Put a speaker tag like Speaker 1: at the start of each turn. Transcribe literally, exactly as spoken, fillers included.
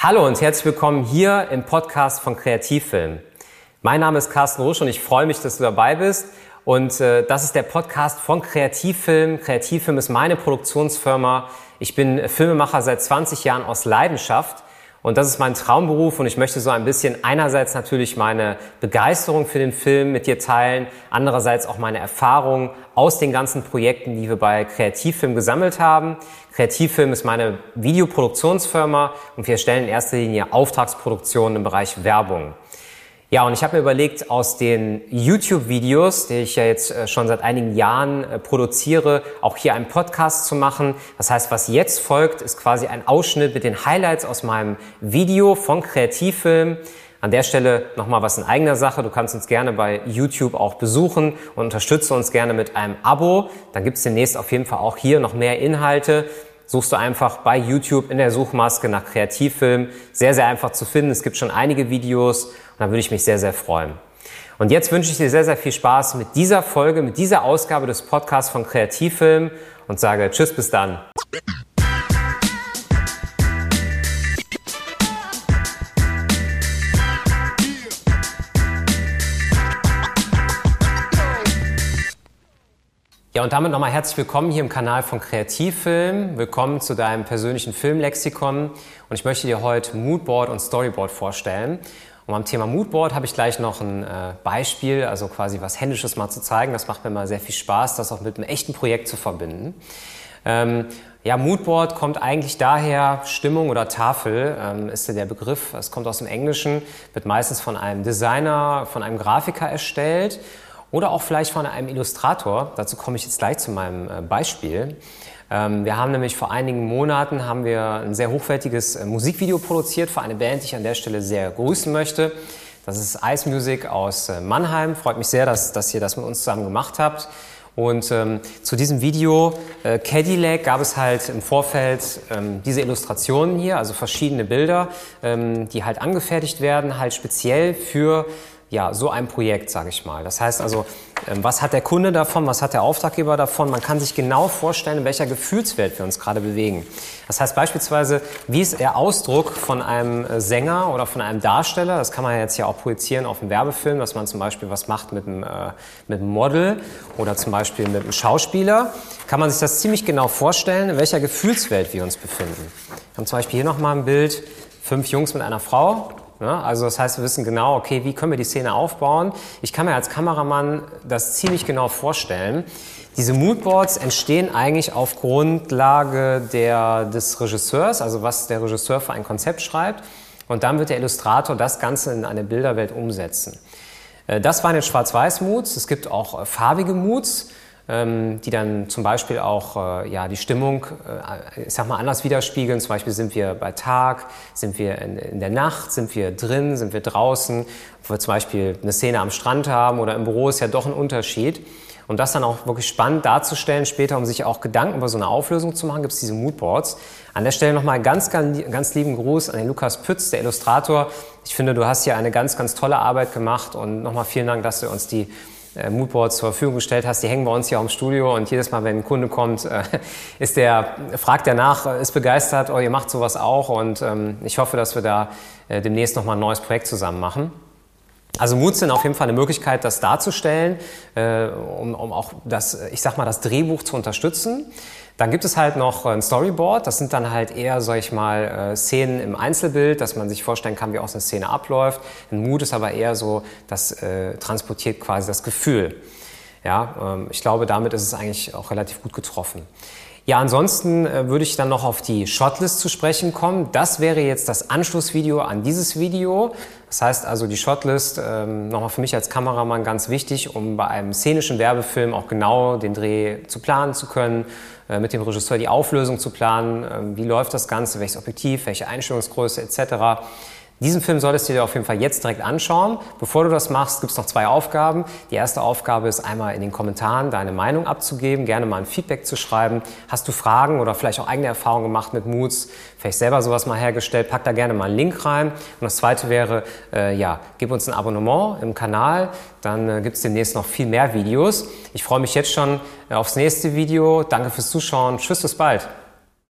Speaker 1: Hallo und herzlich willkommen hier im Podcast von Kreativfilm. Mein Name ist Carsten Rusch und ich freue mich, dass du dabei bist. Und äh, das ist der Podcast von Kreativfilm. Kreativfilm ist meine Produktionsfirma. Ich bin Filmemacher seit zwanzig Jahren aus Leidenschaft. Und das ist mein Traumberuf und ich möchte so ein bisschen einerseits natürlich meine Begeisterung für den Film mit dir teilen, andererseits auch meine Erfahrungen aus den ganzen Projekten, die wir bei Kreativfilm gesammelt haben. Kreativfilm ist meine Videoproduktionsfirma und wir stellen in erster Linie Auftragsproduktionen im Bereich Werbung. Ja, und ich habe mir überlegt, aus den YouTube-Videos, die ich ja jetzt schon seit einigen Jahren produziere, auch hier einen Podcast zu machen. Das heißt, was jetzt folgt, ist quasi ein Ausschnitt mit den Highlights aus meinem Video von Kreativfilm. An der Stelle nochmal was in eigener Sache. Du kannst uns gerne bei YouTube auch besuchen und unterstütze uns gerne mit einem Abo. Dann gibt es demnächst auf jeden Fall auch hier noch mehr Inhalte. Suchst du einfach bei YouTube in der Suchmaske nach Kreativfilm. Sehr, sehr einfach zu finden. Es gibt schon einige Videos und da würde ich mich sehr, sehr freuen. Und jetzt wünsche ich dir sehr, sehr viel Spaß mit dieser Folge, mit dieser Ausgabe des Podcasts von Kreativfilm und sage Tschüss, bis dann. Ja, und damit nochmal herzlich willkommen hier im Kanal von Kreativfilm. Willkommen zu deinem persönlichen Filmlexikon. Und ich möchte dir heute Moodboard und Storyboard vorstellen. Und beim Thema Moodboard habe ich gleich noch ein äh, Beispiel, also quasi was Händisches mal zu zeigen. Das macht mir mal sehr viel Spaß, das auch mit einem echten Projekt zu verbinden. Ähm, ja, Moodboard kommt eigentlich daher, Stimmung oder Tafel ähm, ist der Begriff. Es kommt aus dem Englischen, wird meistens von einem Designer, von einem Grafiker erstellt. Oder auch vielleicht von einem Illustrator. Dazu komme ich jetzt gleich zu meinem Beispiel. Wir haben nämlich vor einigen Monaten haben wir ein sehr hochwertiges Musikvideo produziert für eine Band, die ich an der Stelle sehr grüßen möchte. Das ist Ice Music aus Mannheim. Freut mich sehr, dass, dass ihr das mit uns zusammen gemacht habt. Und ähm, zu diesem Video äh, Cadillac gab es halt im Vorfeld ähm, diese Illustrationen hier, also verschiedene Bilder, ähm, die halt angefertigt werden, halt speziell für ja, so ein Projekt, sage ich mal. Das heißt also, was hat der Kunde davon, was hat der Auftraggeber davon? Man kann sich genau vorstellen, in welcher Gefühlswelt wir uns gerade bewegen. Das heißt beispielsweise, wie ist der Ausdruck von einem Sänger oder von einem Darsteller? Das kann man jetzt ja auch projizieren auf einen Werbefilm, dass man zum Beispiel was macht mit einem, äh, mit einem Model oder zum Beispiel mit einem Schauspieler. Kann man sich das ziemlich genau vorstellen, in welcher Gefühlswelt wir uns befinden. Wir haben zum Beispiel hier nochmal ein Bild, fünf Jungs mit einer Frau. Ja, also das heißt, wir wissen genau, okay, wie können wir die Szene aufbauen. Ich kann mir als Kameramann das ziemlich genau vorstellen. Diese Moodboards entstehen eigentlich auf Grundlage der, des Regisseurs, also was der Regisseur für ein Konzept schreibt. Und dann wird der Illustrator das Ganze in eine Bilderwelt umsetzen. Das waren jetzt Schwarz-Weiß-Moods. Es gibt auch farbige Moods, die dann zum Beispiel auch ja, die Stimmung, ich sag mal, anders widerspiegeln. Zum Beispiel sind wir bei Tag, sind wir in, in der Nacht, sind wir drin, sind wir draußen. Wo wir zum Beispiel eine Szene am Strand haben oder im Büro ist ja doch ein Unterschied. Und das dann auch wirklich spannend darzustellen, später, um sich auch Gedanken über so eine Auflösung zu machen, gibt es diese Moodboards. An der Stelle nochmal ganz, ganz, ganz lieben Gruß an den Lukas Pütz, der Illustrator. Ich finde, du hast hier eine ganz, ganz tolle Arbeit gemacht und nochmal vielen Dank, dass du uns die Moodboards zur Verfügung gestellt hast. Die hängen bei uns hier am Studio und jedes Mal, wenn ein Kunde kommt, ist der, fragt der nach, ist begeistert, oh, ihr macht sowas auch und ähm, ich hoffe, dass wir da äh, demnächst nochmal ein neues Projekt zusammen machen. Also Moods sind auf jeden Fall eine Möglichkeit, das darzustellen, äh, um, um auch das, ich sag mal, das Drehbuch zu unterstützen. Dann gibt es halt noch ein Storyboard, das sind dann halt eher, sag ich mal, Szenen im Einzelbild, dass man sich vorstellen kann, wie auch so eine Szene abläuft. Ein Mood ist aber eher so, das äh, transportiert quasi das Gefühl. Ja, ähm, ich glaube, damit ist es eigentlich auch relativ gut getroffen. Ja, ansonsten äh, würde ich dann noch auf die Shotlist zu sprechen kommen. Das wäre jetzt das Anschlussvideo an dieses Video. Das heißt also, die Shotlist, ähm, nochmal für mich als Kameramann ganz wichtig, um bei einem szenischen Werbefilm auch genau den Dreh zu planen zu können, äh, mit dem Regisseur die Auflösung zu planen, äh, wie läuft das Ganze, welches Objektiv, welche Einstellungsgröße et cetera. Diesen Film solltest du dir auf jeden Fall jetzt direkt anschauen. Bevor du das machst, gibt es noch zwei Aufgaben. Die erste Aufgabe ist einmal in den Kommentaren deine Meinung abzugeben, gerne mal ein Feedback zu schreiben. Hast du Fragen oder vielleicht auch eigene Erfahrungen gemacht mit Moods, vielleicht selber sowas mal hergestellt, pack da gerne mal einen Link rein. Und das zweite wäre, äh, ja, gib uns ein Abonnement im Kanal, dann äh, gibt es demnächst noch viel mehr Videos. Ich freue mich jetzt schon äh, aufs nächste Video. Danke fürs Zuschauen. Tschüss, bis bald.